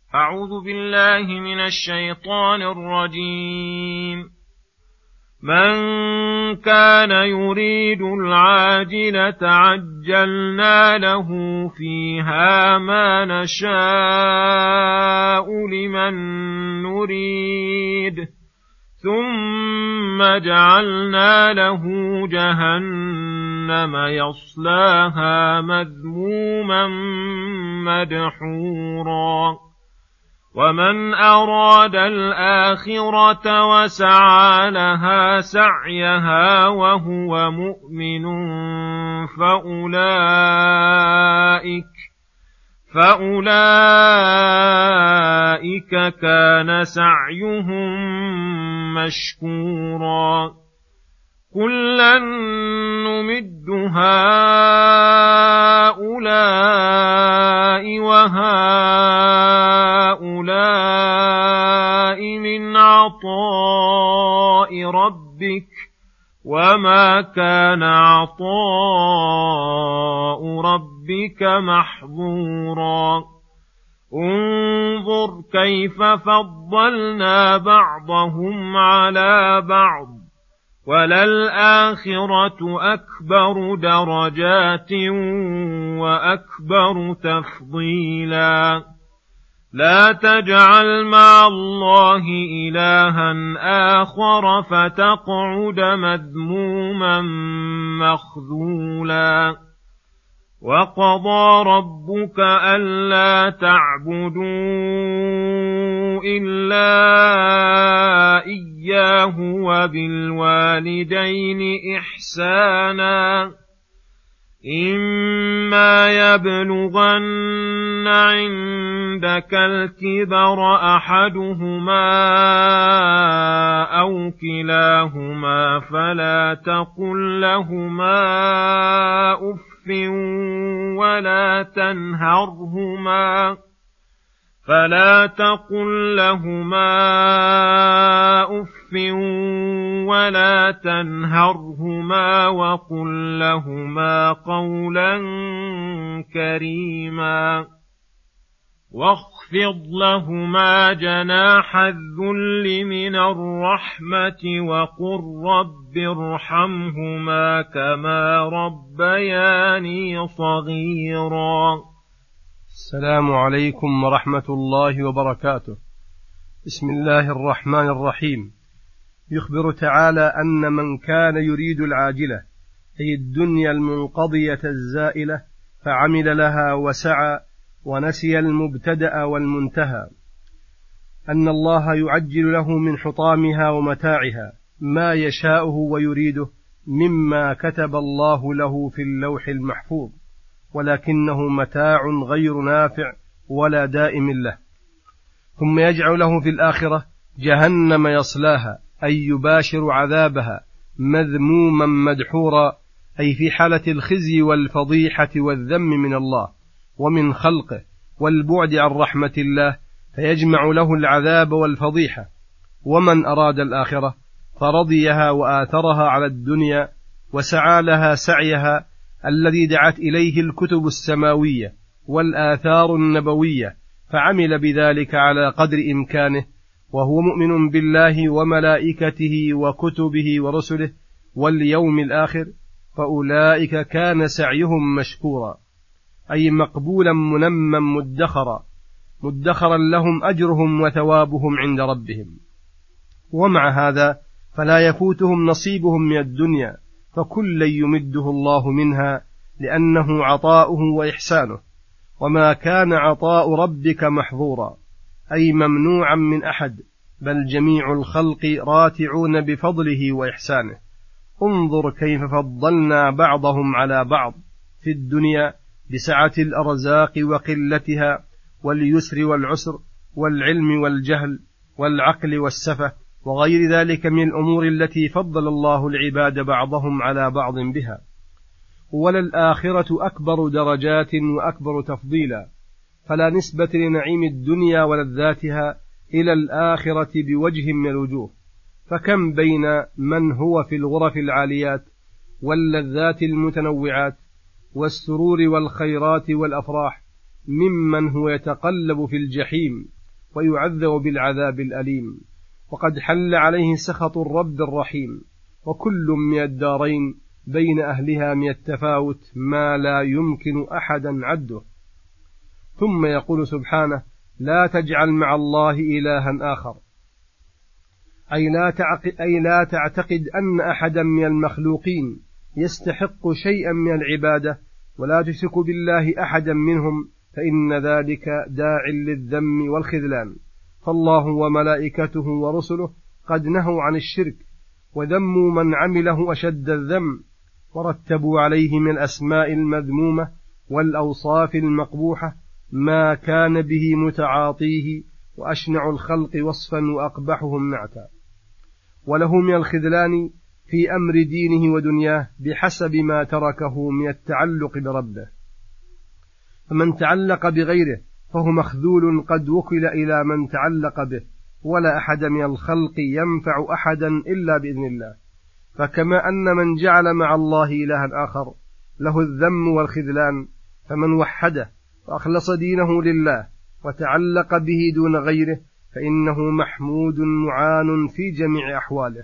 أعوذ بالله من الشيطان الرجيم. من كان يريد العاجلة عجلنا له فيها ما نشاء لمن نريد ثم جعلنا له جهنم يصلاها مذموما مدحورا ومن أراد الآخرة وسعى لها سعيها وهو مؤمن فأولئك كان سعيهم مشكورا كلا نمد هؤلاء وهؤلاء من عطاء ربك وما كان عطاء ربك محظورا انظر كيف فضلنا بعضهم على بعض وللآخرة أكبر درجات وأكبر تفضيلا لا تجعل مع الله إلها آخر فتقعد مذموما مخذولا وقضى ربك ألا تعبدوا إلا إياه وبالوالدين إحسانا إما يبلغن عندك الكبر أحدهما أو كلاهما فلا تقل لهما أف ولا تنهرهما وقل لهما قولا كريما واخفض لهما جناح الذل من الرحمة وقل رب ارحمهما كما ربياني صغيرا. السلام عليكم ورحمة الله وبركاته. بسم الله الرحمن الرحيم. يخبر تعالى أن من كان يريد العاجلة أي الدنيا المنقضية الزائلة فعمل لها وسعى ونسي المبتدأ والمنتهى أن الله يعجل له من حطامها ومتاعها ما يشاءه ويريده مما كتب الله له في اللوح المحفوظ ولكنه متاع غير نافع ولا دائم له ثم يجعل له في الآخرة جهنم يصلاها أي يباشر عذابها مذموما مدحورا أي في حالة الخزي والفضيحة والذم من الله ومن خلقه والبعد عن رحمة الله فيجمع له العذاب والفضيحة. ومن أراد الآخرة فرضيها وآثرها على الدنيا وسعى لها سعيها الذي دعت إليه الكتب السماوية والآثار النبوية فعمل بذلك على قدر إمكانه وهو مؤمن بالله وملائكته وكتبه ورسله واليوم الآخر فأولئك كان سعيهم مشكورا أي مقبولا منما مدخرا لهم أجرهم وثوابهم عند ربهم. ومع هذا فلا يفوتهم نصيبهم من الدنيا فكلا يمده الله منها لأنه عطاؤه وإحسانه وما كان عطاء ربك محظورا أي ممنوعا من أحد بل جميع الخلق راتعون بفضله وإحسانه. انظر كيف فضلنا بعضهم على بعض في الدنيا بسعة الأرزاق وقلتها واليسر والعسر والعلم والجهل والعقل والسفة وغير ذلك من الأمور التي فضل الله العباد بعضهم على بعض بها. وللآخرة أكبر درجات وأكبر تفضيلا فلا نسبة لنعيم الدنيا ولذاتها إلى الآخرة بوجه من الوجوه فكم بين من هو في الغرف العاليات واللذات المتنوعات والسرور والخيرات والأفراح ممن هو يتقلب في الجحيم ويعذب بالعذاب الأليم، وقد حل عليه سخط الرب الرحيم، وكل من الدارين بين أهلها من التفاوت ما لا يمكن أحدا عده. ثم يقول سبحانه: لا تجعل مع الله إلها آخر، أي لا تعتقد أن أحدا من المخلوقين يستحق شيئا من العبادة، ولا تشرك بالله أحدا منهم، فإن ذلك داع للذم والخذلان. فالله وملائكته ورسله قد نهوا عن الشرك، وذموا من عمله أشد الذم، ورتبوا عليه من الأسماء المذمومة والأوصاف المقبوحة ما كان به متعاطيه، وأشنع الخلق وصفا وأقبحهم نعتا. وله من الخذلان في أمر دينه ودنياه بحسب ما تركه من التعلق بربه. فمن تعلق بغيره فهو مخذول قد وكل إلى من تعلق به، ولا أحد من الخلق ينفع أحدا إلا بإذن الله. فكما أن من جعل مع الله إلها آخر له الذم والخذلان، فمن وحده وأخلص دينه لله وتعلق به دون غيره فإنه محمود معان في جميع أحواله.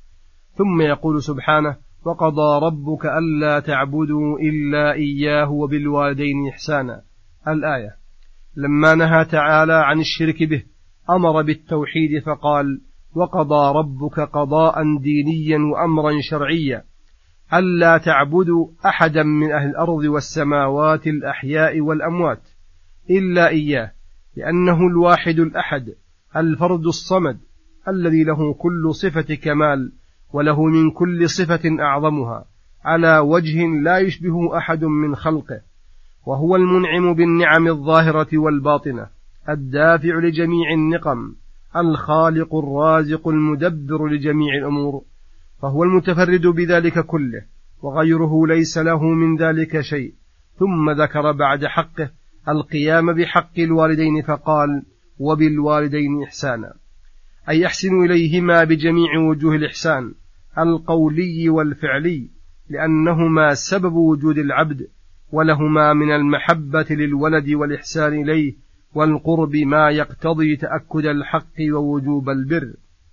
ثم يقول سبحانه: وقضى ربك ألا تعبدوا إلا إياه وبالوالدين إحسانا. الآية. لما نهى تعالى عن الشرك به أمر بالتوحيد فقال: وقضى ربك قضاء دينيا وأمرا شرعيا ألا تعبدوا أحدا من أهل الأرض والسماوات الأحياء والأموات إلا إياه، لأنه الواحد الأحد الفرد الصمد الذي له كل صفة كمال، وله من كل صفة أعظمها على وجه لا يشبه أحد من خلقه، وهو المنعم بالنعم الظاهرة والباطنة، الدافع لجميع النقم، الخالق الرازق المدبر لجميع الأمور، فهو المتفرد بذلك كله، وغيره ليس له من ذلك شيء. ثم ذكر بعد حقه القيام بحق الوالدين فقال: وبالوالدين إحسانا، أي أحسن إليهما بجميع وجوه الإحسان القولي والفعلي، لأنهما سبب وجود العبد، ولهما من المحبة للولد والإحسان إليه والقرب ما يقتضي تأكد الحق ووجوب البر.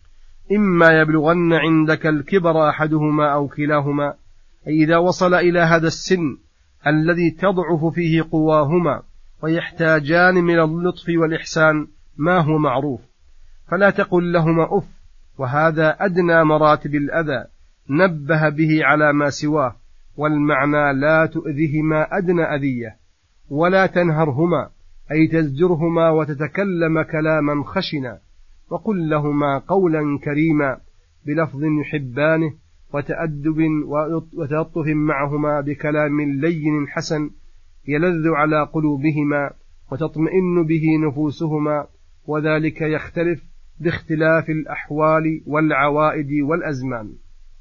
إما يبلغن عندك الكبر أحدهما أو كلاهما، أي إذا وصل إلى هذا السن الذي تضعف فيه قواهما ويحتاجان من اللطف والإحسان ما هو معروف، فلا تقل لهما أف، وهذا أدنى مراتب الأذى نبه به على ما سواه، والمعنى لا تؤذهما أدنى أذية. ولا تنهرهما، أي تزجرهما وتتكلم كلاما خشنا، وقل لهما قولا كريما بلفظ يحبانه، وتأدب وتلطف معهما بكلام لين حسن يلذ على قلوبهما وتطمئن به نفوسهما، وذلك يختلف باختلاف الأحوال والعوائد والأزمان.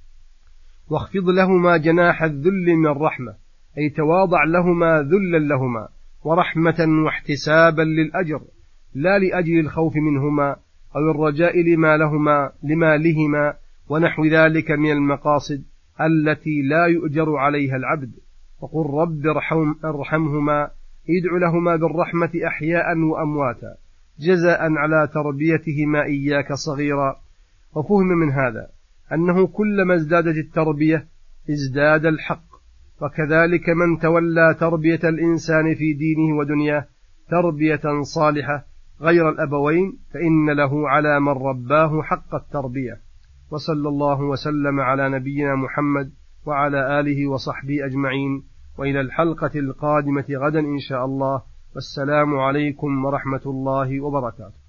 واخفض لهما جناح الذل من الرحمة، أي تواضع لهما ذلا لهما ورحمة واحتسابا للأجر، لا لأجل الخوف منهما أو الرجاء لما لهما ونحو ذلك من المقاصد التي لا يؤجر عليها العبد. وقل رب ارحمهما، يدعو لهما بالرحمة أحياء وأمواتا جزاء على تربيتهما إياك صغيرا. وفهم من هذا أنه كلما ازدادت التربية ازداد الحق، وكذلك من تولى تربية الإنسان في دينه ودنياه تربية صالحة غير الأبوين فإن له على من رباه حق التربية. وصلى الله وسلم على نبينا محمد وعلى آله وصحبه أجمعين، وإلى الحلقة القادمة غدا إن شاء الله، والسلام عليكم ورحمة الله وبركاته.